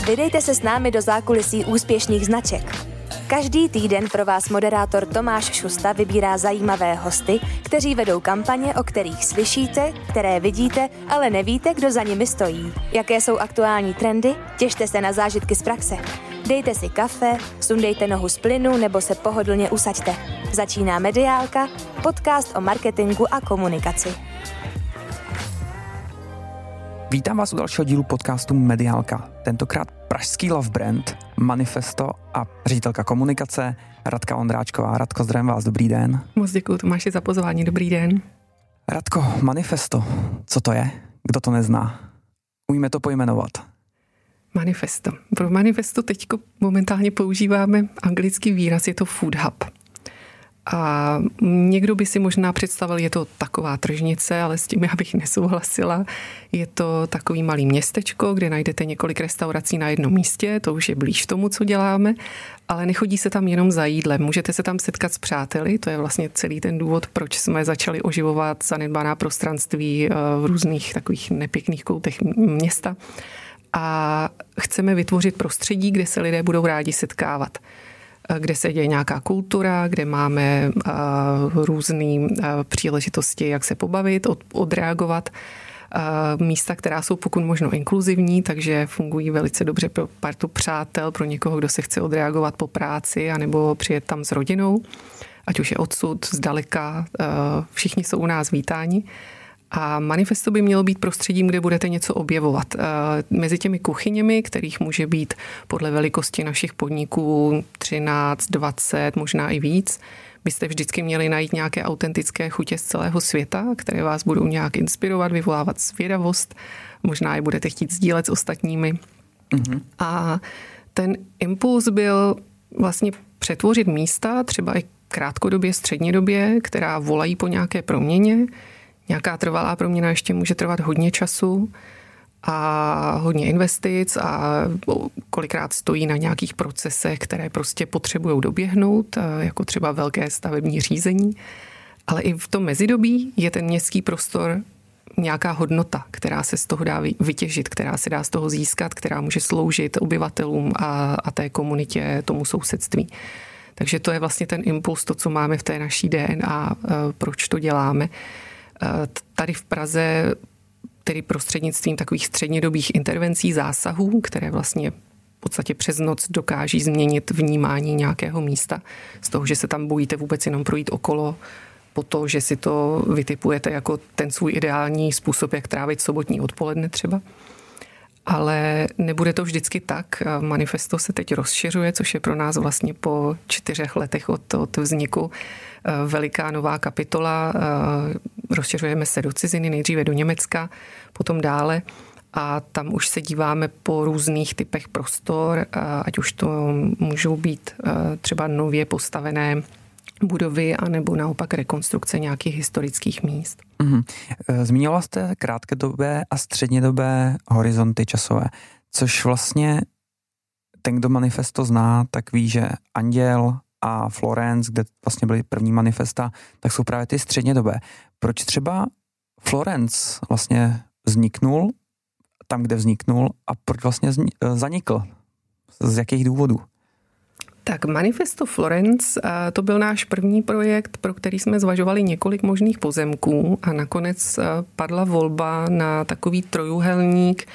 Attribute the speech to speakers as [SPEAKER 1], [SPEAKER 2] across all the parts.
[SPEAKER 1] Vydejte se s námi do zákulisí úspěšných značek. Každý týden pro vás moderátor Tomáš Šusta vybírá zajímavé hosty, kteří vedou kampaně, o kterých slyšíte, které vidíte, ale nevíte, kdo za nimi stojí. Jaké jsou aktuální trendy? Těšte se na zážitky z praxe. Dejte si kafe, sundejte nohu z plynu nebo se pohodlně usaďte. Začíná Mediálka, podcast o marketingu a komunikaci.
[SPEAKER 2] Vítám vás u dalšího dílu podcastu Mediálka. Tentokrát pražský love brand, Manifesto a ředitelka komunikace Radka Ondráčková. Radko, zdravím vás, dobrý den.
[SPEAKER 3] Moc děkuju Tomáši za pozvání, dobrý den.
[SPEAKER 2] Radko, Manifesto, co to je? Kdo to nezná? Umíme to pojmenovat.
[SPEAKER 3] Manifesto. Pro Manifesto teďko momentálně používáme anglický výraz, je to food hub. A někdo by si možná představil, je to taková tržnice, ale s tím já bych nesouhlasila. Je to takový malý městečko, kde najdete několik restaurací na jednom místě, to už je blíž tomu, co děláme, ale nechodí se tam jenom za jídlem. Můžete se tam setkat s přáteli, to je vlastně celý ten důvod, proč jsme začali oživovat zanedbaná prostranství v různých takových nepěkných koutech města. A chceme vytvořit prostředí, kde se lidé budou rádi setkávat, kde se děje nějaká kultura, kde máme různé příležitosti, jak se pobavit, odreagovat. Místa, která jsou pokud možno inkluzivní, takže fungují velice dobře pro partu přátel, pro někoho, kdo se chce odreagovat po práci anebo přijet tam s rodinou, ať už je odsud, zdaleka, všichni jsou u nás vítáni. A Manifesto by mělo být prostředím, kde budete něco objevovat. Mezi těmi kuchyněmi, kterých může být podle velikosti našich podniků 13, 20, možná i víc, byste vždycky měli najít nějaké autentické chutě z celého světa, které vás budou nějak inspirovat, vyvolávat zvědavost, možná je budete chtít sdílet s ostatními. Mm-hmm. A ten impuls byl vlastně přetvořit místa, třeba i krátkodobě, střednědobě, která volají po nějaké proměně. Nějaká trvalá proměna ještě může trvat hodně času a hodně investic a kolikrát stojí na nějakých procesech, které prostě potřebují doběhnout, jako třeba velké stavební řízení. Ale i v tom mezidobí je ten městský prostor nějaká hodnota, která se z toho dá vytěžit, která se dá z toho získat, která může sloužit obyvatelům a té komunitě, tomu sousedství. Takže to je vlastně ten impuls, to, co máme v té naší DNA, proč to děláme. Tady v Praze, tedy prostřednictvím takových střednědobých intervencí, zásahů, které vlastně v podstatě přes noc dokáží změnit vnímání nějakého místa. Z toho, že se tam bojíte vůbec jenom projít okolo, po to, že si to vytipujete jako ten svůj ideální způsob, jak trávit sobotní odpoledne třeba. Ale nebude to vždycky tak. Manifesto se teď rozšiřuje, což je pro nás vlastně po 4 letech od vzniku veliká nová kapitola. Rozšiřujeme se do ciziny, nejdříve do Německa, potom dále. A tam už se díváme po různých typech prostor, ať už to můžou být třeba nově postavené budovy, anebo naopak rekonstrukce nějakých historických míst.
[SPEAKER 2] Mm-hmm. Zmínila jste krátkodobé a střednědobé horizonty časové, což vlastně ten, kdo Manifesto zná, tak ví, že Anděl a Florence, kde vlastně byly první manifesta, tak jsou právě ty střednědobé. Proč třeba Florence vlastně vzniknul tam, kde vzniknul a proč vlastně zanikl? Z jakých důvodů?
[SPEAKER 3] Tak Manifesto Florence, to byl náš první projekt, pro který jsme zvažovali několik možných pozemků a nakonec padla volba na takový trojúhelník.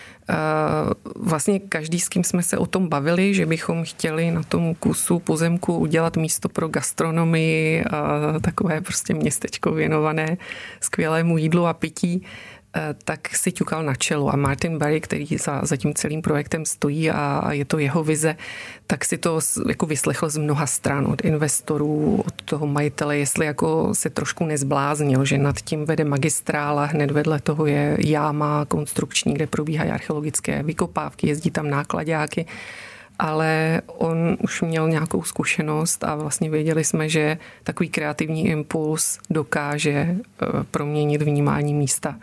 [SPEAKER 3] Vlastně každý, s kým jsme se o tom bavili, že bychom chtěli na tom kusu pozemku udělat místo pro gastronomii, takové prostě městečko věnované skvělému jídlu a pití, tak si ťukal na čelo. A Martin Barry, který za tím celým projektem stojí a je to jeho vize, tak si to jako vyslechl z mnoha stran, od investorů, od toho majitele, jestli jako se trošku nezbláznil, že nad tím vede magistrála, hned vedle toho je jáma konstrukční, kde probíhají archeologické vykopávky, jezdí tam náklaďáky, ale on už měl nějakou zkušenost a vlastně věděli jsme, že takový kreativní impuls dokáže proměnit vnímání místa.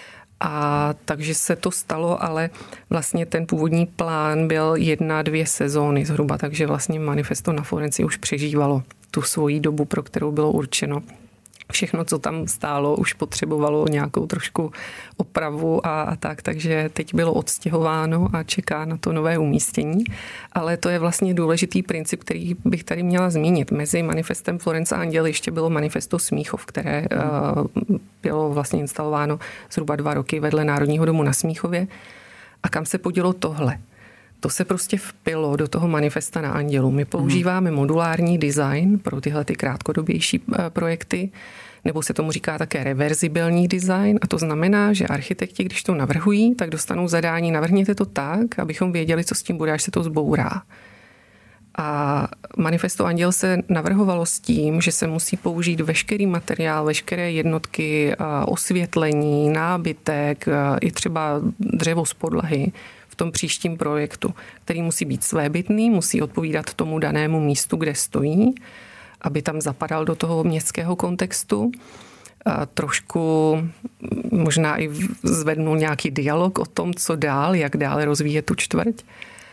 [SPEAKER 3] A takže se to stalo, ale vlastně ten původní plán byl 1-2 sezóny zhruba, takže vlastně Manifesto na Florencii už přežívalo tu svoji dobu, pro kterou bylo určeno. Všechno, co tam stálo, už potřebovalo nějakou trošku opravu a tak, takže teď bylo odstěhováno a čeká na to nové umístění. Ale to je vlastně důležitý princip, který bych tady měla zmínit. Mezi manifestem Florence a Anděl ještě bylo manifesto Smíchov, které bylo vlastně instalováno zhruba 2 roky vedle Národního domu na Smíchově. A kam se podělo tohle? To se prostě vpilo do toho manifesta na Andělu. My používáme modulární design pro tyhle ty krátkodobější projekty, nebo se tomu říká také reverzibilní design, a to znamená, že architekti, když to navrhují, tak dostanou zadání, navrhněte to tak, abychom věděli, co s tím bude, až se to zbourá. A manifesto Anděl se navrhovalo s tím, že se musí použít veškerý materiál, veškeré jednotky, osvětlení, nábytek, i třeba dřevo z podlahy v tom příštím projektu, který musí být svébytný, musí odpovídat tomu danému místu, kde stojí, aby tam zapadal do toho městského kontextu. A trošku možná i zvednul nějaký dialog o tom, co dál, jak dále rozvíjet tu čtvrť.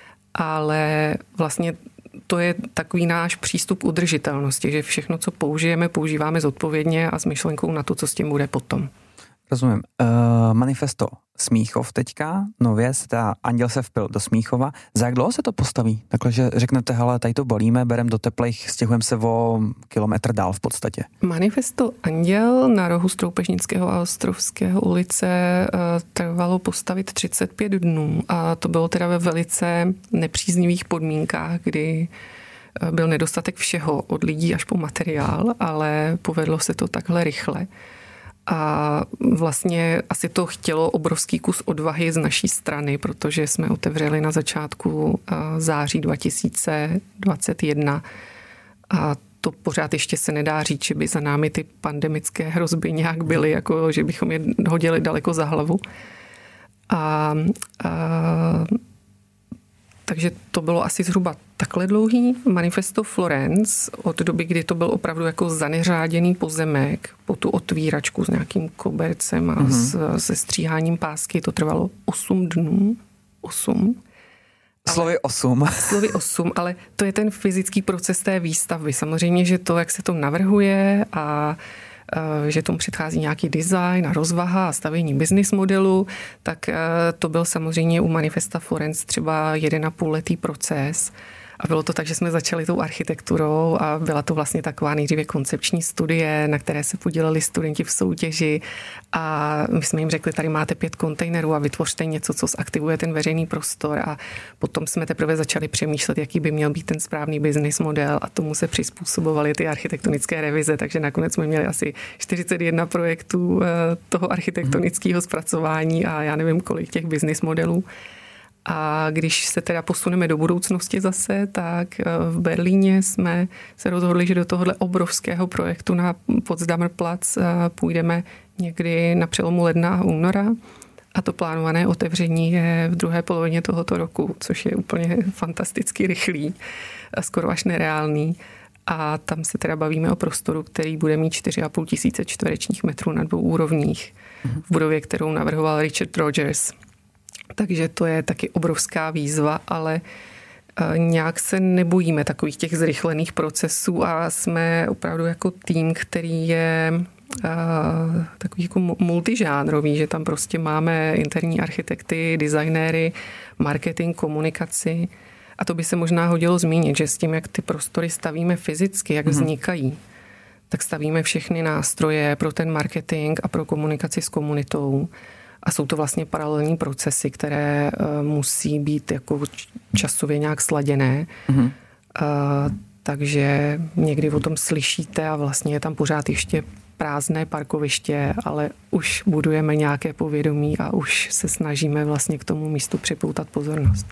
[SPEAKER 3] Ale vlastně to je takový náš přístup udržitelnosti, že všechno, co používáme zodpovědně a s myšlenkou na to, co s tím bude potom.
[SPEAKER 2] Rozumím. Manifesto Smíchov teďka, nově, teda Anděl se vpil do Smíchova. Za jak dlouho se to postaví? Takhle, že řeknete, hele, tady to balíme, berem do teplejch, stěhujeme se o kilometr dál v podstatě.
[SPEAKER 3] Manifesto Anděl na rohu Stroupežnického a Ostrovského ulice trvalo postavit 35 dnů a to bylo teda ve velice nepříznivých podmínkách, kdy byl nedostatek všeho, od lidí až po materiál, ale povedlo se to takhle rychle. A vlastně asi to chtělo obrovský kus odvahy z naší strany, protože jsme otevřeli na začátku září 2021 a to pořád ještě se nedá říct, že by za námi ty pandemické hrozby nějak byly, jako že bychom je hodili daleko za hlavu. Takže to bylo asi zhruba takhle dlouhý. Manifesto Florence od doby, kdy to byl opravdu jako zaneřáděný pozemek po tu otvíračku s nějakým kobercem a se stříháním pásky, to trvalo 8 dnů. 8.
[SPEAKER 2] Slovy 8.
[SPEAKER 3] Slovy 8, ale to je ten fyzický proces té výstavby. Samozřejmě, že to, jak se to navrhuje a že tomu předchází nějaký design a rozvaha a stavění business modelu, tak to byl samozřejmě u manifesta Florence třeba 1,5letý proces. A bylo to tak, že jsme začali tou architekturou a byla to vlastně taková nejdříve koncepční studie, na které se podíleli studenti v soutěži a my jsme jim řekli, tady máte 5 kontejnerů a vytvořte něco, co zaktivuje ten veřejný prostor a potom jsme teprve začali přemýšlet, jaký by měl být ten správný business model a tomu se přizpůsobovaly ty architektonické revize, takže nakonec jsme měli asi 41 projektů toho architektonického zpracování a já nevím, kolik těch business modelů. A když se teda posuneme do budoucnosti zase, tak v Berlíně jsme se rozhodli, že do tohohle obrovského projektu na Potsdamer Platz půjdeme někdy na přelomu ledna a února. A to plánované otevření je v druhé polovině tohoto roku, což je úplně fantasticky rychlý, skoro až nereálný. A tam se teda bavíme o prostoru, který bude mít 4,5 tisíce čtverečních metrů na 2 úrovních v budově, kterou navrhoval Richard Rogers. Takže to je taky obrovská výzva, ale nějak se nebojíme takových těch zrychlených procesů a jsme opravdu jako tým, který je takový jako multižánrový, že tam prostě máme interní architekty, designéry, marketing, komunikaci. A to by se možná hodilo zmínit, že s tím, jak ty prostory stavíme fyzicky, jak vznikají, tak stavíme všechny nástroje pro ten marketing a pro komunikaci s komunitou. A jsou to vlastně paralelní procesy, které musí být jako časově nějak sladěné. Takže někdy o tom slyšíte a vlastně je tam pořád ještě prázdné parkoviště, ale už budujeme nějaké povědomí a už se snažíme vlastně k tomu místu připoutat pozornost.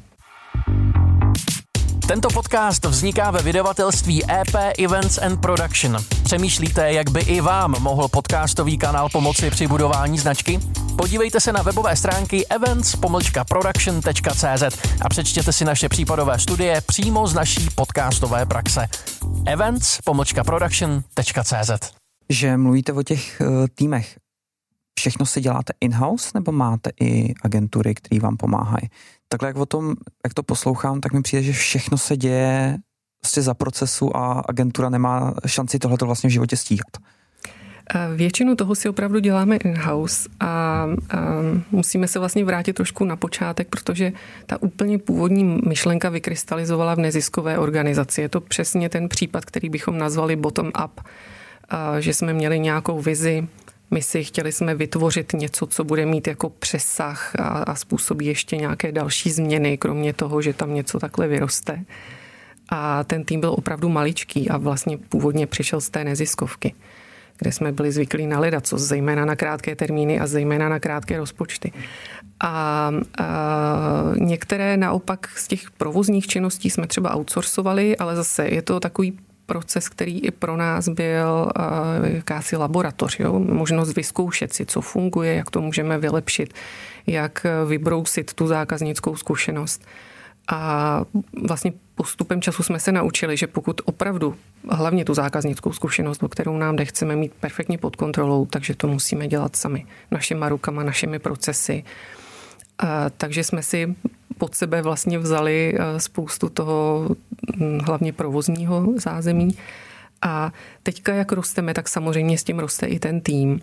[SPEAKER 4] Tento podcast vzniká ve vydavatelství EP Events and Production. Přemýšlíte, jak by i vám mohl podcastový kanál pomoci při budování značky? Podívejte se na webové stránky events-production.cz a přečtěte si naše případové studie přímo z naší podcastové praxe. events-production.cz.
[SPEAKER 2] Že mluvíte o těch týmech. Všechno si děláte in-house nebo máte i agentury, které vám pomáhají? Takhle jak to poslouchám, tak mi přijde, že všechno se děje vlastně za procesu a agentura nemá šanci tohleto vlastně v životě stíhat.
[SPEAKER 3] Většinu toho si opravdu děláme in-house a musíme se vlastně vrátit trošku na počátek, protože ta úplně původní myšlenka vykrystalizovala v neziskové organizaci. Je to přesně ten případ, který bychom nazvali bottom-up, že jsme měli nějakou vizi, chtěli jsme vytvořit něco, co bude mít jako přesah a způsobí ještě nějaké další změny, kromě toho, že tam něco takhle vyroste. A ten tým byl opravdu maličký a vlastně původně přišel z té neziskovky, kde jsme byli zvyklí na ledacos, zejména na krátké termíny a zejména na krátké rozpočty. A některé naopak z těch provozních činností jsme třeba outsourcovali, ale zase je to takový proces, který i pro nás byl jakási laboratoř, jo? Možnost vyzkoušet si, co funguje, jak to můžeme vylepšit, jak vybrousit tu zákaznickou zkušenost. A vlastně postupem času jsme se naučili, že pokud opravdu hlavně tu zákaznickou zkušenost, o kterou nám jde, chceme mít perfektně pod kontrolou, takže to musíme dělat sami, našima rukama, našimi procesy. Takže jsme si pod sebe vlastně vzali spoustu toho hlavně provozního zázemí. A teďka, jak rosteme, tak samozřejmě s tím roste i ten tým.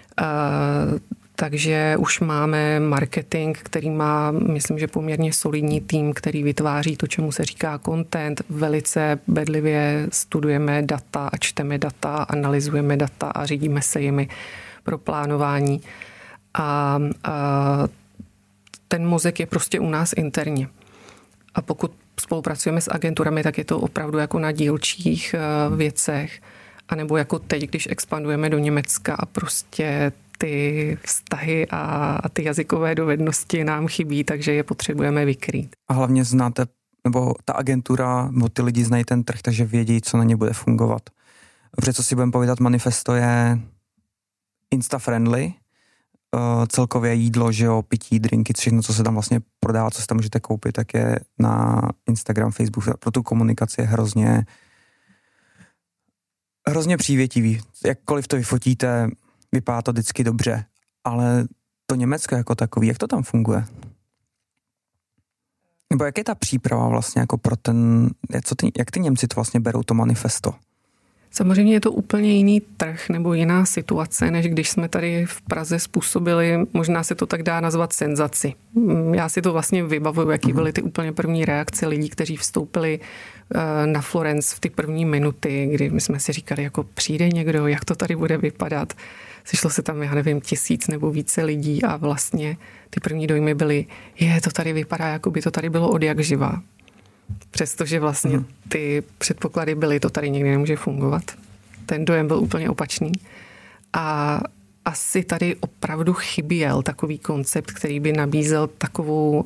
[SPEAKER 3] Takže už máme marketing, který má, myslím, že poměrně solidní tým, který vytváří to, čemu se říká content. Velice bedlivě studujeme data a čteme data, analyzujeme data a řídíme se jimi pro plánování. A ten mozek je prostě u nás interně. A pokud spolupracujeme s agenturami, tak je to opravdu jako na dílčích věcech. A nebo jako teď, když expandujeme do Německa a prostě ty vztahy a ty jazykové dovednosti nám chybí, takže je potřebujeme vykrýt.
[SPEAKER 2] A hlavně znáte, nebo ta agentura, nebo ty lidi znají ten trh, takže vědí, co na ně bude fungovat. Dobře, co si budeme povídat, Manifesto je insta-friendly, celkově jídlo, že jo, pití, drinky, všechno, co se tam vlastně prodává, co si tam můžete koupit, tak je na Instagram, Facebook. Pro tu komunikaci je hrozně přívětivý. Jakkoliv to vyfotíte, vypadá to vždycky dobře, ale to Německo jako takový, jak to tam funguje? Nebo jak je ta příprava vlastně jako pro jak ty Němci to vlastně berou, to Manifesto?
[SPEAKER 3] Samozřejmě je to úplně jiný trh nebo jiná situace, než když jsme tady v Praze způsobili, možná se to tak dá nazvat senzaci. Já si to vlastně vybavuju, jaký byly ty úplně první reakce lidí, kteří vstoupili na Florence v ty první minuty, kdy my jsme si říkali, jako přijde někdo, jak to tady bude vypadat. Sešlo se tam, já nevím, 1000 nebo více lidí a vlastně ty první dojmy byly, to tady vypadá, jako by to tady bylo od jak živa. Přestože vlastně ty předpoklady byly, to tady nikdy nemůže fungovat. Ten dojem byl úplně opačný. A asi tady opravdu chyběl takový koncept, který by nabízel takovou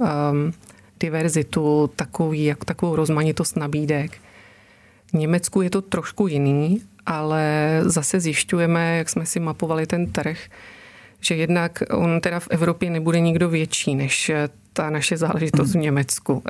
[SPEAKER 3] diverzitu, takovou rozmanitost nabídek. V Německu je to trošku jiný, ale zase zjišťujeme, jak jsme si mapovali ten trh, že jednak on teda v Evropě nebude nikdo větší než ta naše záležitost v Německu.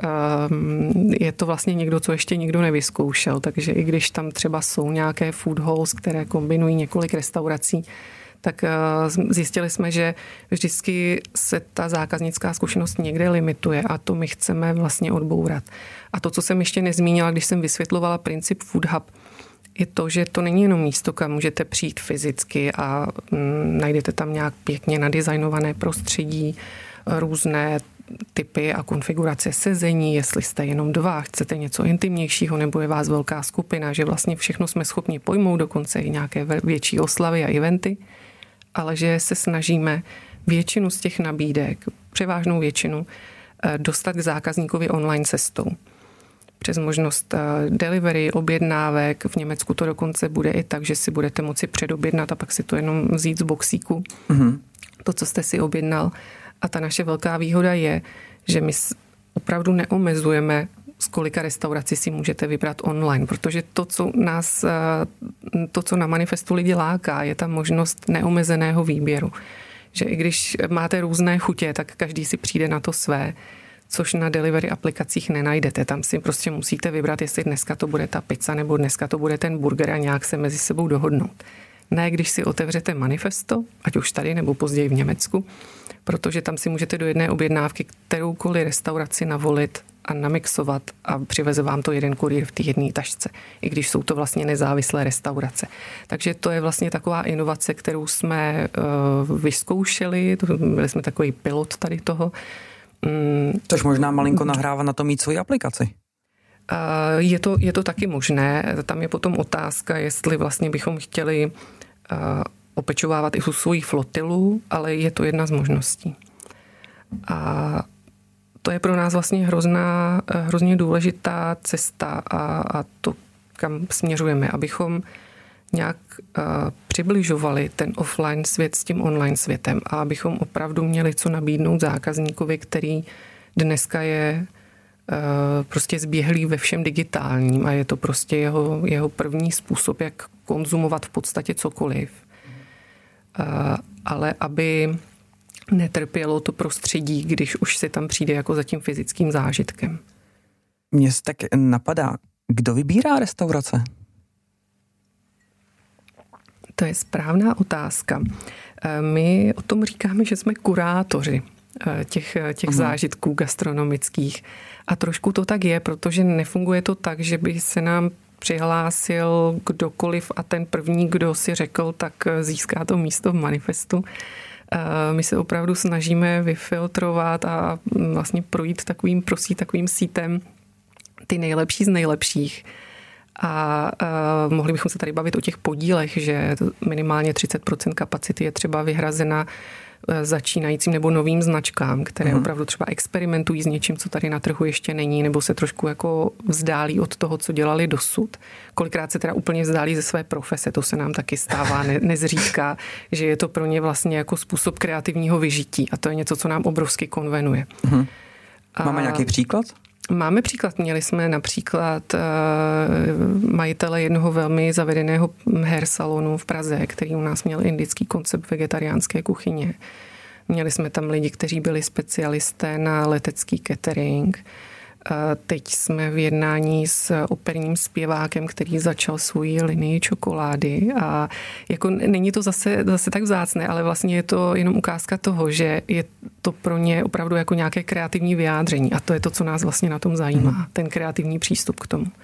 [SPEAKER 3] Je to vlastně někdo, co ještě nikdo nevyzkoušel, takže i když tam třeba jsou nějaké food halls, které kombinují několik restaurací, tak zjistili jsme, že vždycky se ta zákaznická zkušenost někde limituje a to my chceme vlastně odbourat. A to, co jsem ještě nezmínila, když jsem vysvětlovala princip Food Hub, je to, že to není jenom místo, kam můžete přijít fyzicky a najdete tam nějak pěkně nadizajnované prostředí, různé typy a konfigurace sezení, jestli jste jenom 2, chcete něco intimnějšího nebo je vás velká skupina, že vlastně všechno jsme schopni pojmout, dokonce i nějaké větší oslavy a eventy, ale že se snažíme většinu z těch nabídek, převážnou většinu, dostat k zákazníkovi online cestou. Přes možnost delivery, objednávek. V Německu to dokonce bude i tak, že si budete moci předobjednat a pak si to jenom vzít z boxíku. To, co jste si objednal. A ta naše velká výhoda je, že my opravdu neomezujeme, z kolika restaurací si můžete vybrat online, protože to, co na Manifestu lidi láká, je ta možnost neomezeného výběru. Že i když máte různé chutě, tak každý si přijde na to své, což na delivery aplikacích nenajdete. Tam si prostě musíte vybrat, jestli dneska to bude ta pizza nebo dneska to bude ten burger a nějak se mezi sebou dohodnout. Ne, když si otevřete Manifesto, ať už tady nebo později v Německu, protože tam si můžete do jedné objednávky kteroukoliv restauraci navolit a namixovat a přiveze vám to jeden kurýr v té jedné tašce, i když jsou to vlastně nezávislé restaurace. Takže to je vlastně taková inovace, kterou jsme vyzkoušeli, byli jsme takový pilot tady toho.
[SPEAKER 2] Což možná malinko nahrává na to mít svoji aplikaci.
[SPEAKER 3] Je to taky možné. Tam je potom otázka, jestli vlastně bychom chtěli opečovávat i tu svoji flotilu, ale je to jedna z možností. A to je pro nás vlastně hrozně důležitá cesta a to, kam směřujeme, abychom nějak přibližovali ten offline svět s tím online světem a abychom opravdu měli co nabídnout zákazníkovi, který dneska je prostě zběhlý ve všem digitálním a je to prostě jeho první způsob, jak konzumovat v podstatě cokoliv. Ale aby netrpělo to prostředí, když už si tam přijde jako za tím fyzickým zážitkem.
[SPEAKER 2] Mně se tak napadá, kdo vybírá restaurace?
[SPEAKER 3] To je správná otázka. My o tom říkáme, že jsme kurátoři těch zážitků gastronomických. A trošku to tak je, protože nefunguje to tak, že by se nám přihlásil kdokoliv a ten první, kdo si řekl, tak získá to místo v manifestu. My se opravdu snažíme vyfiltrovat a vlastně projít takovým sítem ty nejlepší z nejlepších. A mohli bychom se tady bavit o těch podílech, že minimálně 30% kapacity je třeba vyhrazena začínajícím nebo novým značkám, které opravdu třeba experimentují s něčím, co tady na trhu ještě není, nebo se trošku jako vzdálí od toho, co dělali dosud. Kolikrát se teda úplně vzdálí ze své profese, to se nám taky stává nezřídka, že je to pro ně vlastně jako způsob kreativního vyžití a to je něco, co nám obrovsky konvenuje.
[SPEAKER 2] Máme nějaký příklad?
[SPEAKER 3] Máme příklad. Měli jsme například majitele jednoho velmi zavedeného hair salonu v Praze, který u nás měl indický koncept vegetariánské kuchyně. Měli jsme tam lidi, kteří byli specialisté na letecký catering. Teď jsme v jednání s operním zpěvákem, který začal svoji linii čokolády a jako není to zase tak vzácné, ale vlastně je to jenom ukázka toho, že je to pro ně opravdu jako nějaké kreativní vyjádření a to je to, co nás vlastně na tom zajímá, ten kreativní přístup k tomu.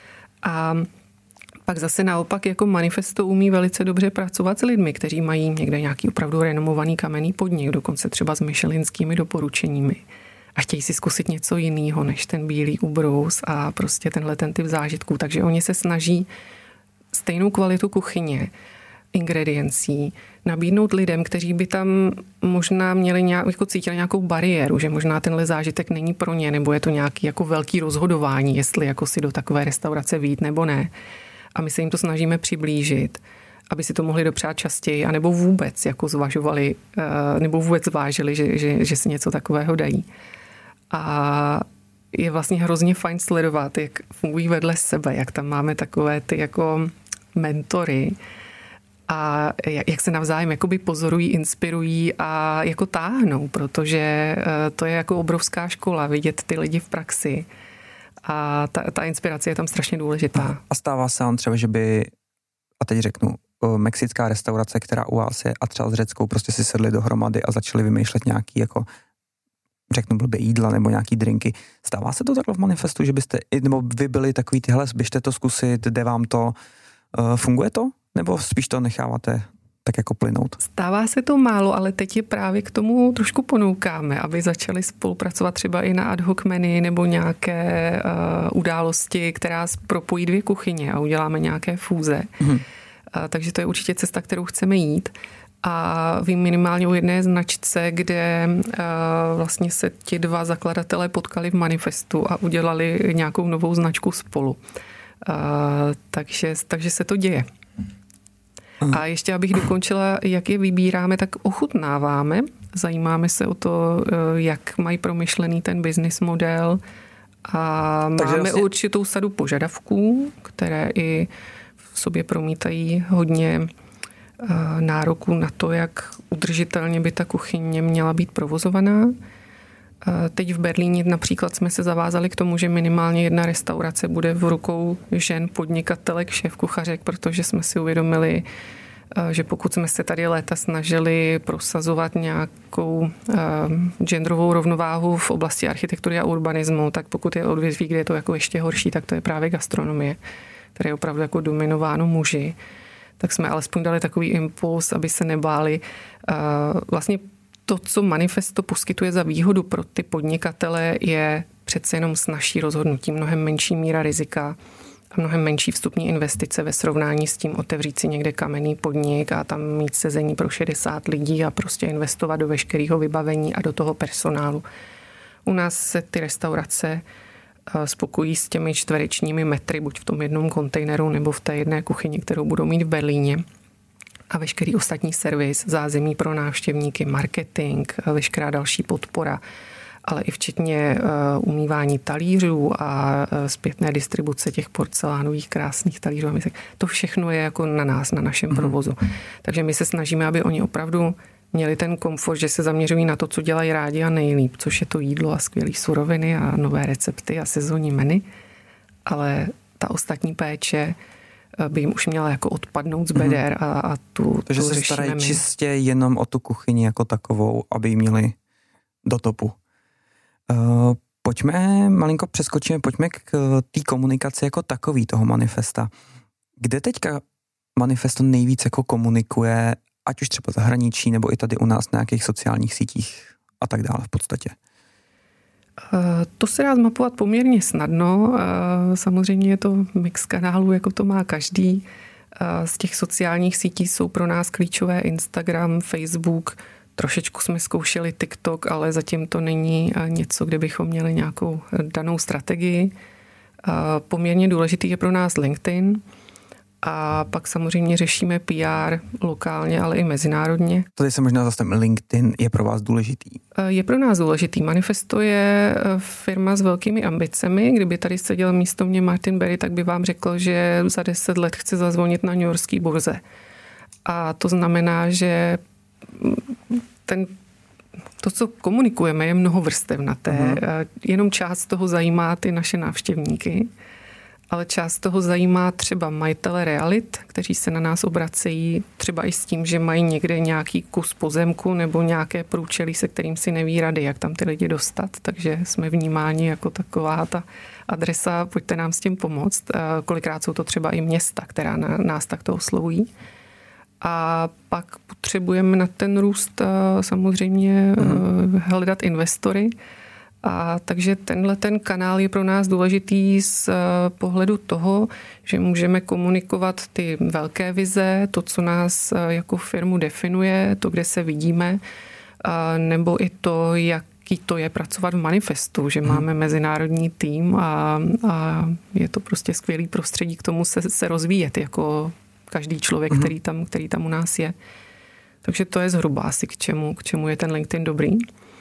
[SPEAKER 3] A pak zase naopak jako manifesto umí velice dobře pracovat s lidmi, kteří mají někde nějaký opravdu renomovaný kamenný podnik, dokonce třeba s michelinskými doporučeními. A chtějí si zkusit něco jiného, než ten bílý ubrus a prostě ten typ zážitků. Takže oni se snaží stejnou kvalitu kuchyně, ingrediencí nabídnout lidem, kteří by tam možná měli jako cítili nějakou bariéru, že možná tenhle zážitek není pro ně, nebo je to nějaký jako velký rozhodování, jestli jako si do takové restaurace vyjít nebo ne. A my se jim to snažíme přiblížit, aby si to mohli dopřát častěji, anebo vůbec jako zvažovali, nebo vůbec zvážili, že si něco takového dají. A je vlastně hrozně fajn sledovat, jak fungují vedle sebe, jak tam máme takové ty jako mentory a jak se navzájem jakoby pozorují, inspirují a jako táhnou, protože to je jako obrovská škola vidět ty lidi v praxi a ta inspirace je tam strašně důležitá. A
[SPEAKER 2] stává se vám třeba, že by, a teď řeknu, mexická restaurace, která u vás je a třeba s řeckou prostě si sedli dohromady a začali vymýšlet nějaký jako řeknu blbě jídla nebo nějaký drinky. Stává se to takhle v manifestu, že byste, nebo vy byli takový tyhle, běžte to zkusit, jde vám to, funguje to? Nebo spíš to necháváte tak jako plynout?
[SPEAKER 3] Stává se to málo, ale teď je právě k tomu trošku ponoukáme, aby začali spolupracovat třeba i na ad hoc menu nebo nějaké události, která propojí dvě kuchyně a uděláme nějaké fúze. Takže to je určitě cesta, kterou chceme jít. A vím minimálně o jedné značce, kde vlastně se ti dva zakladatelé potkali v manifestu a udělali nějakou novou značku spolu. Takže se to děje. A ještě abych dokončila, jak je vybíráme, tak ochutnáváme. Zajímáme se o to, jak mají promyšlený ten business model a takže máme vlastně určitou sadu požadavků, které i v sobě promítají hodně nároků na to, jak udržitelně by ta kuchyně měla být provozovaná. Teď v Berlíně například jsme se zavázali k tomu, že minimálně jedna restaurace bude v rukou žen podnikatelek, šéfkuchařek, protože jsme si uvědomili, že pokud jsme se tady léta snažili prosazovat nějakou genderovou rovnováhu v oblasti architektury a urbanismu, tak pokud je odvětví, kde je to jako ještě horší, tak to je právě gastronomie, které je opravdu jako dominováno muži. Tak jsme alespoň dali takový impuls, aby se nebáli. Vlastně to, co manifesto poskytuje za výhodu pro ty podnikatele, je přece jenom snazší rozhodnutí, mnohem menší míra rizika a mnohem menší vstupní investice ve srovnání s tím otevřít si někde kamenný podnik a tam mít sezení pro 60 lidí a prostě investovat do veškerého vybavení a do toho personálu. U nás se ty restaurace spokojí s těmi čtverečními metry, buď v tom jednom kontejneru nebo v té jedné kuchyni, kterou budou mít v Berlíně. A veškerý ostatní servis, zázemí pro návštěvníky, marketing, veškerá další podpora, ale i včetně umývání talířů a zpětné distribuce těch porcelánových krásných talířů a misek. To všechno je jako na nás, na našem provozu. Takže my se snažíme, aby oni opravdu měli ten komfort, že se zaměřují na to, co dělají rádi a nejlíp, což je to jídlo a skvělé suroviny a nové recepty a sezónní menu, ale ta ostatní péče by jim už měla jako odpadnout z beder a tu
[SPEAKER 2] Takže se starají čistě jenom o tu kuchyni jako takovou, aby ji měli do topu. Malinko pojďme k té komunikaci jako takový toho manifesta. Kde teďka manifesto nejvíc jako komunikuje, ať už třeba zahraničí, nebo i tady u nás na nějakých sociálních sítích a tak dále v podstatě?
[SPEAKER 3] To se dá zmapovat poměrně snadno. Samozřejmě je to mix kanálů, jako to má každý. Z těch sociálních sítí jsou pro nás klíčové Instagram, Facebook. Trošičku jsme zkoušeli TikTok, ale zatím to není něco, kde bychom měli nějakou danou strategii. Poměrně důležitý je pro nás LinkedIn. A pak samozřejmě řešíme PR lokálně, ale i mezinárodně.
[SPEAKER 2] Tady se možná zastavím, LinkedIn je pro vás důležitý?
[SPEAKER 3] Je pro nás důležitý. Manifesto je firma s velkými ambicemi. Kdyby tady seděl místo mě Martin Berry, tak by vám řekl, že za 10 let chce zazvonit na newyorské burze. A to znamená, že to, co komunikujeme, je mnohovrstevnaté. Jenom část toho zajímá ty naše návštěvníky, ale část toho zajímá třeba majitele realit, kteří se na nás obracejí třeba i s tím, že mají někde nějaký kus pozemku nebo nějaké průčelí, se kterým si neví rady, jak tam ty lidi dostat. Takže jsme vnímáni jako taková ta adresa, pojďte nám s tím pomoct. Kolikrát jsou to třeba i města, která nás takto oslovují. A pak potřebujeme na ten růst samozřejmě hledat investory. A takže ten kanál je pro nás důležitý z pohledu toho, že můžeme komunikovat ty velké vize, to, co nás jako firmu definuje, to, kde se vidíme, nebo i to, jaký to je pracovat v manifestu, že máme mezinárodní tým a je to prostě skvělý prostředí k tomu se rozvíjet jako každý člověk, který tam u nás je. Takže to je zhruba asi k čemu je ten LinkedIn dobrý.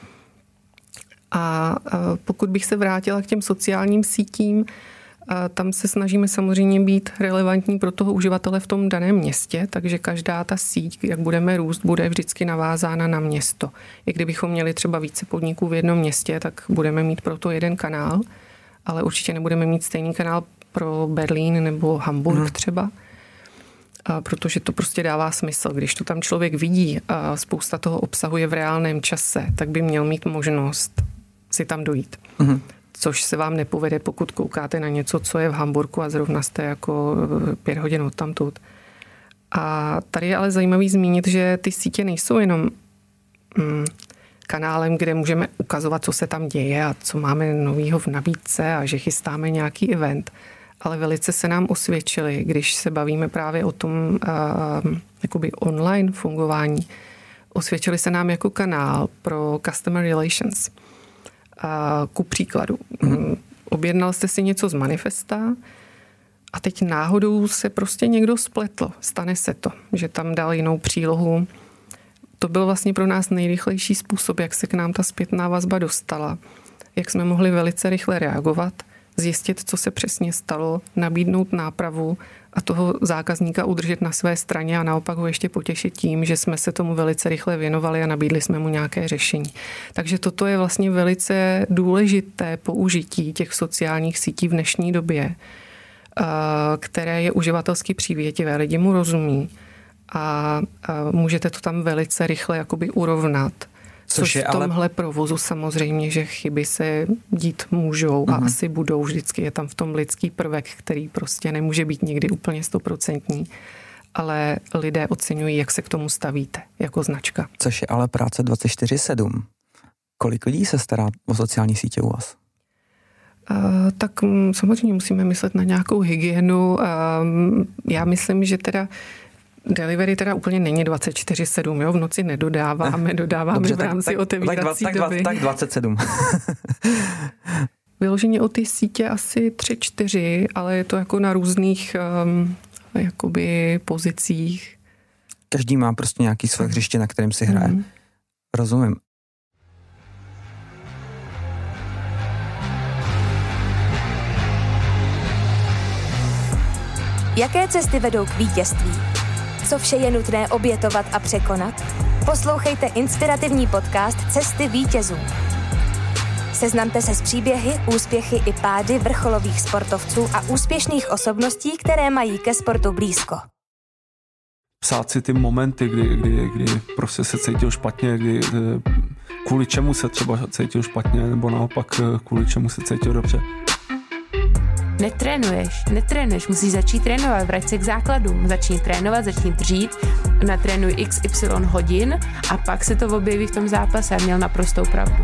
[SPEAKER 3] A pokud bych se vrátila k těm sociálním sítím, tam se snažíme samozřejmě být relevantní pro toho uživatele v tom daném městě, takže každá ta síť, jak budeme růst, bude vždycky navázána na město. I kdybychom měli třeba více podniků v jednom městě, tak budeme mít pro to jeden kanál, ale určitě nebudeme mít stejný kanál pro Berlín nebo Hamburg třeba, protože to prostě dává smysl. Když to tam člověk vidí a spousta toho obsahu je v reálném čase, tak by měl mít možnost si tam dojít. Což se vám nepovede, pokud koukáte na něco, co je v Hamburku a zrovna jste jako 5 hodin odtamtud. A tady je ale zajímavý zmínit, že ty sítě nejsou jenom kanálem, kde můžeme ukazovat, co se tam děje a co máme novýho v nabídce a že chystáme nějaký event. Ale velice se nám osvědčili, když se bavíme právě o tom jakoby online fungování. Osvědčili se nám jako kanál pro customer relations. Ku příkladu, objednal jste si něco z manifesta a teď náhodou se prostě někdo spletl. Stane se to, že tam dal jinou přílohu. To byl vlastně pro nás nejrychlejší způsob, jak se k nám ta zpětná vazba dostala. Jak jsme mohli velice rychle reagovat, zjistit, co se přesně stalo, nabídnout nápravu a toho zákazníka udržet na své straně a naopak ho ještě potěšit tím, že jsme se tomu velice rychle věnovali a nabídli jsme mu nějaké řešení. Takže toto je vlastně velice důležité použití těch sociálních sítí v dnešní době, které je uživatelsky přívětivé, lidi mu rozumí a můžete to tam velice rychle jakoby urovnat. Což v tomhle provozu samozřejmě, že chyby se dít můžou a asi budou. Vždycky je tam v tom lidský prvek, který prostě nemůže být nikdy úplně 100%, ale lidé oceňují, jak se k tomu stavíte jako značka.
[SPEAKER 2] Což je ale práce 24/7. Kolik lidí se stará o sociální sítě u vás?
[SPEAKER 3] Tak samozřejmě musíme myslet na nějakou hygienu. Já myslím, že teda delivery teda úplně není 24/7, jo? V noci nedodáváme, dodáváme v rámci otevírací doby.
[SPEAKER 2] Tak 27.
[SPEAKER 3] Vyloženě o ty sítě asi 3-4, ale je to jako na různých jakoby pozicích.
[SPEAKER 2] Každý má prostě nějaký své hřiště, na kterém si hraje. Rozumím.
[SPEAKER 1] Jaké cesty vedou k vítězství? Co vše je nutné obětovat a překonat? Poslouchejte inspirativní podcast Cesty vítězů. Seznamte se s příběhy, úspěchy i pády vrcholových sportovců a úspěšných osobností, které mají ke sportu blízko.
[SPEAKER 5] Psát si ty momenty, kdy prostě se cítil špatně, kdy kvůli čemu se třeba cítil špatně, nebo naopak kvůli čemu se cítil dobře.
[SPEAKER 6] Netrénuješ, musíš začít trénovat, vrať se k základům, začni trénovat, začni dřít, natrénuj XY hodin a pak se to objeví v tom zápase a měl naprostou pravdu.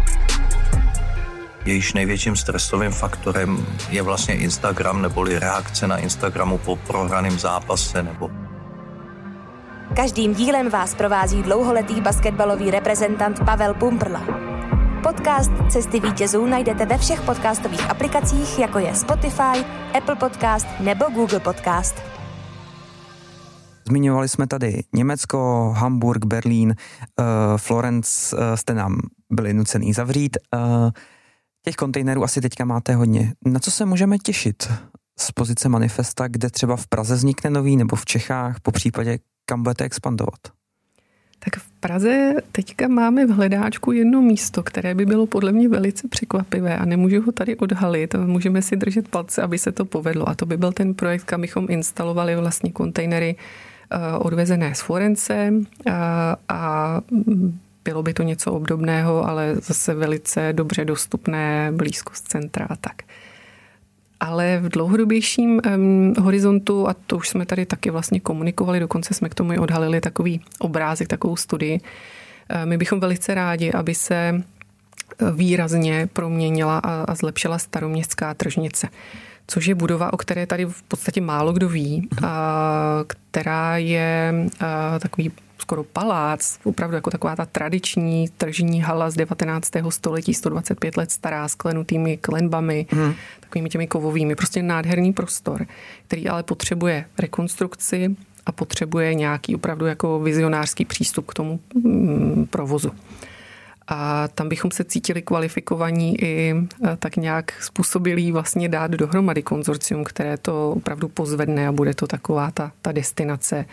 [SPEAKER 7] Jejíž největším stresovým faktorem je vlastně Instagram neboli reakce na Instagramu po prohraném zápase nebo...
[SPEAKER 1] Každým dílem vás provází dlouholetý basketbalový reprezentant Pavel Pumprla. Podcast Cesty vítězů najdete ve všech podcastových aplikacích, jako je Spotify, Apple Podcast nebo Google Podcast.
[SPEAKER 2] Zmiňovali jsme tady Německo, Hamburg, Berlín, Florence jste nám byli nucený zavřít. Těch kontejnerů asi teďka máte hodně. Na co se můžeme těšit z pozice Manifesta, kde třeba v Praze vznikne nový, nebo v Čechách, po případě kam budete expandovat?
[SPEAKER 3] Tak v Praze teďka máme v hledáčku jedno místo, které by bylo podle mě velice překvapivé a nemůžu ho tady odhalit. Můžeme si držet palce, aby se to povedlo. A to by byl ten projekt, kam bychom instalovali vlastně kontejnery odvezené z Florence a bylo by to něco obdobného, ale zase velice dobře dostupné, blízko z centra a tak. Ale v dlouhodobějším horizontu, a to už jsme tady taky vlastně komunikovali, dokonce jsme k tomu i odhalili takový obrázek, takovou studii, my bychom velice rádi, aby se výrazně proměnila a zlepšila staroměstská tržnice, což je budova, o které tady v podstatě málo kdo ví, která je takový skoro palác, opravdu jako taková ta tradiční tržní hala z 19. století, 125 let stará, s klenutými klenbami, takovými těmi kovovými, prostě nádherný prostor, který ale potřebuje rekonstrukci a potřebuje nějaký opravdu jako vizionářský přístup k tomu provozu. A tam bychom se cítili kvalifikovaní i tak nějak způsobilí vlastně dát dohromady konzorcium, které to opravdu pozvedne a bude to taková ta destinace,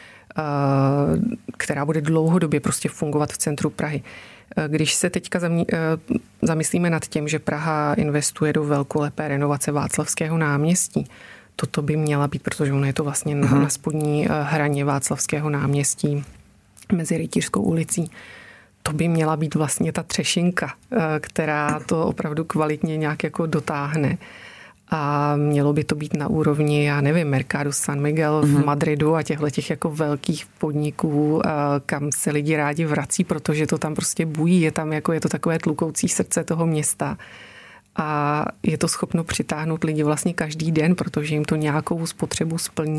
[SPEAKER 3] která bude dlouhodobě prostě fungovat v centru Prahy. Když se teďka zamyslíme nad tím, že Praha investuje do velkolepé renovace Václavského náměstí, toto by měla být, protože ono je to vlastně na spodní hraně Václavského náměstí mezi Rytířskou ulicí, to by měla být vlastně ta třešinka, která to opravdu kvalitně nějak jako dotáhne. A mělo by to být na úrovni, já nevím, Mercado San Miguel v Madridu a těchto jako velkých podniků, kam se lidi rádi vrací, protože to tam prostě bují, je to takové tlukoucí srdce toho města. A je to schopno přitáhnout lidi vlastně každý den, protože jim to nějakou potřebu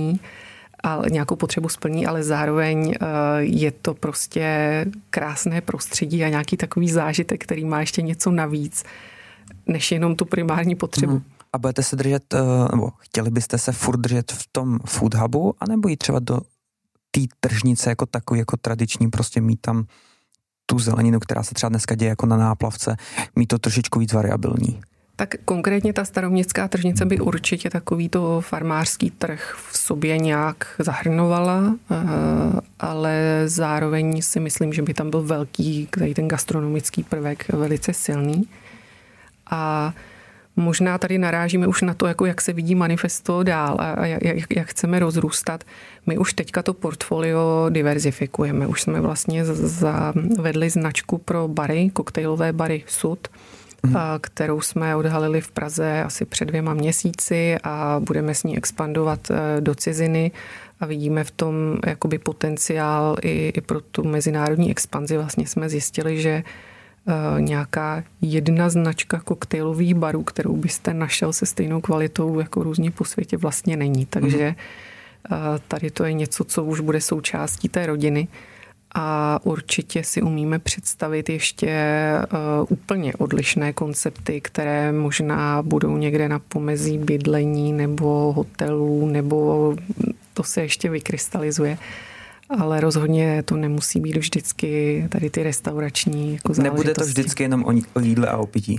[SPEAKER 3] splní, ale zároveň je to prostě krásné prostředí a nějaký takový zážitek, který má ještě něco navíc, než jenom tu primární potřebu.
[SPEAKER 2] A budete se držet, nebo chtěli byste se furt držet v tom food hubu, anebo jít třeba do té tržnice jako takový, jako tradiční, prostě mít tam tu zeleninu, která se třeba dneska děje jako na náplavce, mít to trošičku víc variabilní?
[SPEAKER 3] Tak konkrétně ta staroměstská tržnice by určitě takovýto farmářský trh v sobě nějak zahrnovala, ale zároveň si myslím, že by tam byl velký, ten gastronomický prvek velice silný. A Možná tady narážíme už na to, jako jak se vidí manifesto dál a jak chceme rozrůstat. My už teďka to portfolio diverzifikujeme. Už jsme vlastně zavedli značku pro bary, koktejlové bary Sud, kterou jsme odhalili v Praze asi před 2 měsíci a budeme s ní expandovat do ciziny a vidíme v tom jakoby potenciál i pro tu mezinárodní expanzi. Vlastně jsme zjistili, že nějaká jedna značka koktejlových barů, kterou byste našel se stejnou kvalitou jako různě po světě, vlastně není. Takže tady to je něco, co už bude součástí té rodiny a určitě si umíme představit ještě úplně odlišné koncepty, které možná budou někde na pomezí bydlení nebo hotelů, nebo to se ještě vykrystalizuje. Ale rozhodně to nemusí být vždycky tady ty restaurační jako záležitosti.
[SPEAKER 2] Nebude to vždycky jenom o jídle a o pití.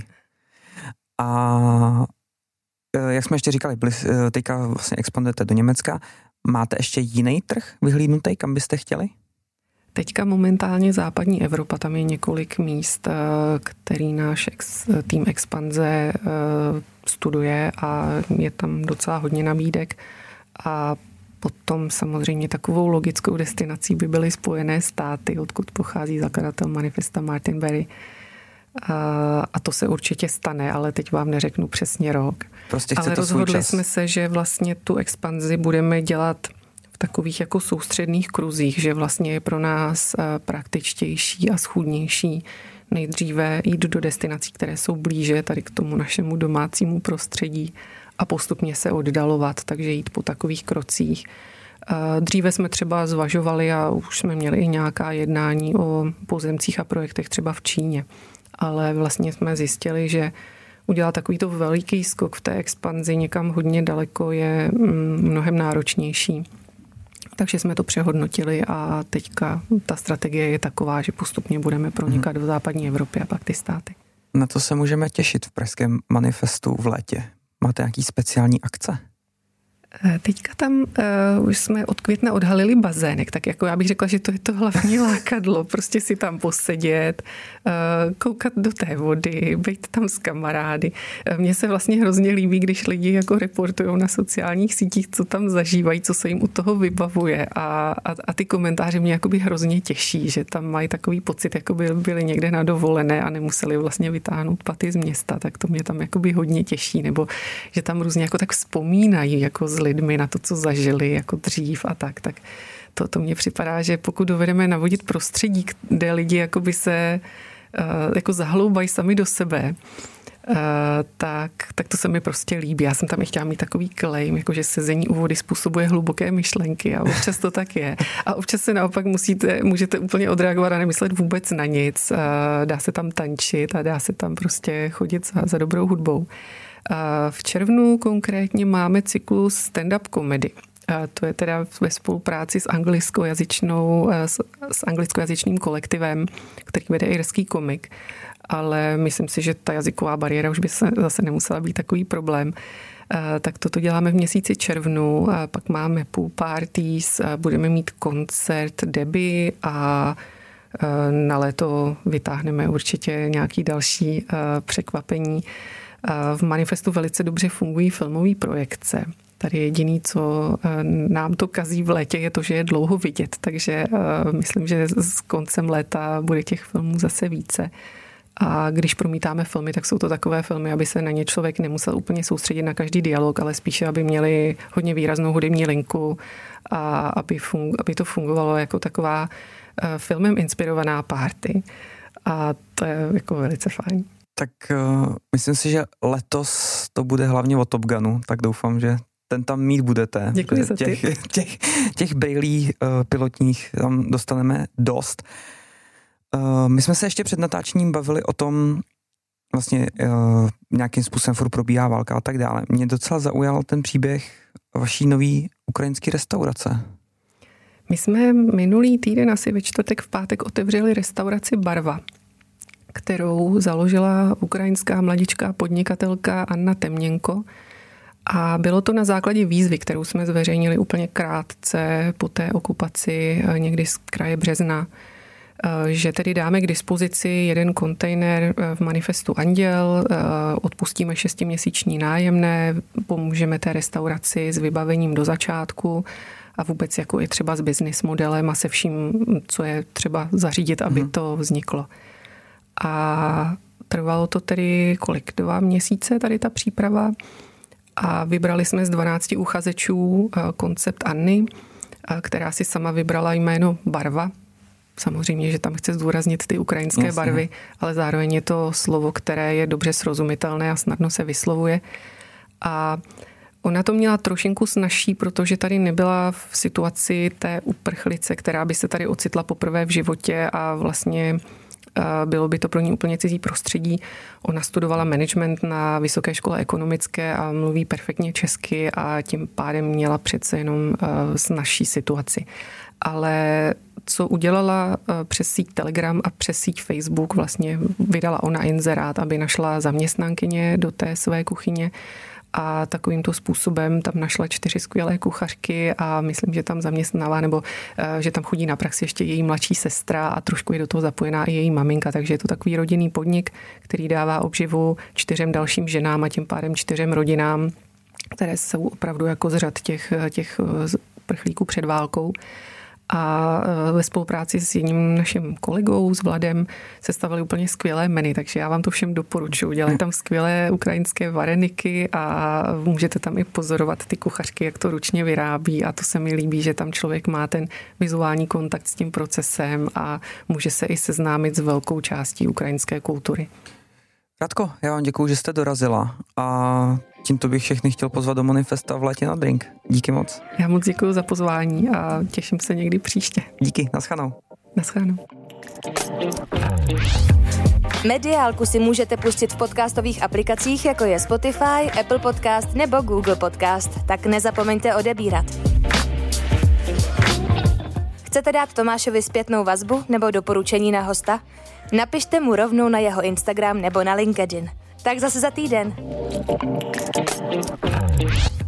[SPEAKER 2] A jak jsme ještě říkali, teďka vlastně expandujete do Německa. Máte ještě jiný trh vyhlídnutý, kam byste chtěli?
[SPEAKER 3] Teďka momentálně západní Evropa, tam je několik míst, který náš tým expanze studuje a je tam docela hodně nabídek. A potom samozřejmě takovou logickou destinací by byly Spojené státy, odkud pochází zakladatel manifesta Martin Berry. A to se určitě stane, ale teď vám neřeknu přesně rok.
[SPEAKER 2] Prostě
[SPEAKER 3] ale rozhodli jsme se, že vlastně tu expanzi budeme dělat v takových jako soustředných kruzích, že vlastně je pro nás praktičtější a schůdnější nejdříve jít do destinací, které jsou blíže tady k tomu našemu domácímu prostředí a postupně se oddalovat, takže jít po takových krocích. Dříve jsme třeba zvažovali a už jsme měli i nějaká jednání o pozemcích a projektech třeba v Číně, ale vlastně jsme zjistili, že udělat takovýto veliký skok v té expanzi někam hodně daleko je mnohem náročnější. Takže jsme to přehodnotili a teďka ta strategie je taková, že postupně budeme pronikat do západní Evropy a pak ty státy.
[SPEAKER 2] Na to se můžeme těšit v pražském manifestu v létě. Máte nějaký speciální akce?
[SPEAKER 3] Teďka tam už jsme od května odhalili bazének, tak jako já bych řekla, že to je to hlavní lákadlo, prostě si tam posedět, koukat do té vody, být tam s kamarády. Mně se vlastně hrozně líbí, když lidi jako reportujou na sociálních sítích, co tam zažívají, co se jim u toho vybavuje a ty komentáře mě jakoby hrozně těší, že tam mají takový pocit, jako by byli někde na dovolené a nemuseli vlastně vytáhnout paty z města, tak to mě tam jakoby hodně těší, nebo že tam různě jako tak vzpomínají jako z lidmi na to, co zažili jako dřív a tak to mně připadá, že pokud dovedeme navodit prostředí, kde lidi jakoby se jako zahloubají sami do sebe, tak to se mi prostě líbí. Já jsem tam i chtěla mít takový claim, jakože sezení u vody způsobuje hluboké myšlenky a občas to tak je. A občas se naopak můžete úplně odreagovat a nemyslet vůbec na nic. Dá se tam tančit a dá se tam prostě chodit za dobrou hudbou. V červnu konkrétně máme cyklus stand-up komedy. To je teda ve spolupráci s anglickojazyčným kolektivem, který vede irský komik. Ale myslím si, že ta jazyková bariéra už by se zase nemusela být takový problém. Tak toto děláme v měsíci červnu. Pak máme pool parties, budeme mít koncert Debbie a na léto vytáhneme určitě nějaký další překvapení. V manifestu velice dobře fungují filmové projekce. Tady jediný, co nám to kazí v létě, je to, že je dlouho vidět, takže myslím, že s koncem léta bude těch filmů zase více. A když promítáme filmy, tak jsou to takové filmy, aby se na ně člověk nemusel úplně soustředit na každý dialog, ale spíše, aby měli hodně výraznou hudební linku a aby to fungovalo jako taková filmem inspirovaná party. A to je jako velice fajn.
[SPEAKER 2] Tak myslím si, že letos to bude hlavně o Top Gunu, tak doufám, že ten tam mít budete.
[SPEAKER 3] Děkuji za
[SPEAKER 2] těch brýlí pilotních tam dostaneme dost. My jsme se ještě před natáčením bavili o tom, vlastně nějakým způsobem furt probíhá válka a tak dále. Mě docela zaujal ten příběh vaší nový ukrajinské restaurace.
[SPEAKER 3] My jsme minulý týden asi ve čtvrtek, v pátek otevřeli restauraci Barva, kterou založila ukrajinská mladičká podnikatelka Anna Temněnko. A bylo to na základě výzvy, kterou jsme zveřejnili úplně krátce po té okupaci, někdy z kraje března, že tedy dáme k dispozici jeden kontejner v manifestu Anděl, odpustíme 6měsíční nájemné, pomůžeme té restauraci s vybavením do začátku a vůbec jako i třeba s business modelem a se vším, co je třeba zařídit, aby to vzniklo. A trvalo to tedy 2 měsíce tady ta příprava a vybrali jsme z 12 uchazečů koncept Anny, která si sama vybrala jméno Barva. Samozřejmě, že tam chce zdůraznit ty ukrajinské barvy, ale zároveň je to slovo, které je dobře srozumitelné a snadno se vyslovuje. A ona to měla trošinku snazší, protože tady nebyla v situaci té uprchlice, která by se tady ocitla poprvé v životě a vlastně bylo by to pro ní úplně cizí prostředí. Ona studovala management na Vysoké škole ekonomické a mluví perfektně česky a tím pádem měla přece jenom snazší situaci. Ale co udělala přes síť Telegram a přes síť Facebook, vlastně vydala ona inzerát, aby našla zaměstnankyně do té své kuchyně a takovýmto způsobem tam našla 4 skvělé kuchařky a myslím, že tam zaměstnává, nebo že tam chodí na praxi ještě její mladší sestra a trošku je do toho zapojená i její maminka, takže je to takový rodinný podnik, který dává obživu 4 dalším ženám a tím pádem 4 rodinám, které jsou opravdu jako z řad těch prchlíků před válkou. A ve spolupráci s jedním naším kolegou, s Vladem, sestavili úplně skvělé menu, takže já vám to všem doporučuji. Dělají tam skvělé ukrajinské vareniky a můžete tam i pozorovat ty kuchařky, jak to ručně vyrábí a to se mi líbí, že tam člověk má ten vizuální kontakt s tím procesem a může se i seznámit s velkou částí ukrajinské kultury.
[SPEAKER 2] Radko, já vám děkuju, že jste dorazila a tímto bych všechny chtěl pozvat do manifesta v létě na drink. Díky moc.
[SPEAKER 3] Já moc děkuju za pozvání a těším se někdy příště.
[SPEAKER 2] Díky, naschledanou.
[SPEAKER 3] Naschledanou.
[SPEAKER 1] Mediálku si můžete pustit v podcastových aplikacích, jako je Spotify, Apple Podcast nebo Google Podcast, tak nezapomeňte odebírat. Chcete dát Tomášovi zpětnou vazbu nebo doporučení na hosta? Napište mu rovnou na jeho Instagram nebo na LinkedIn. Tak zase za týden.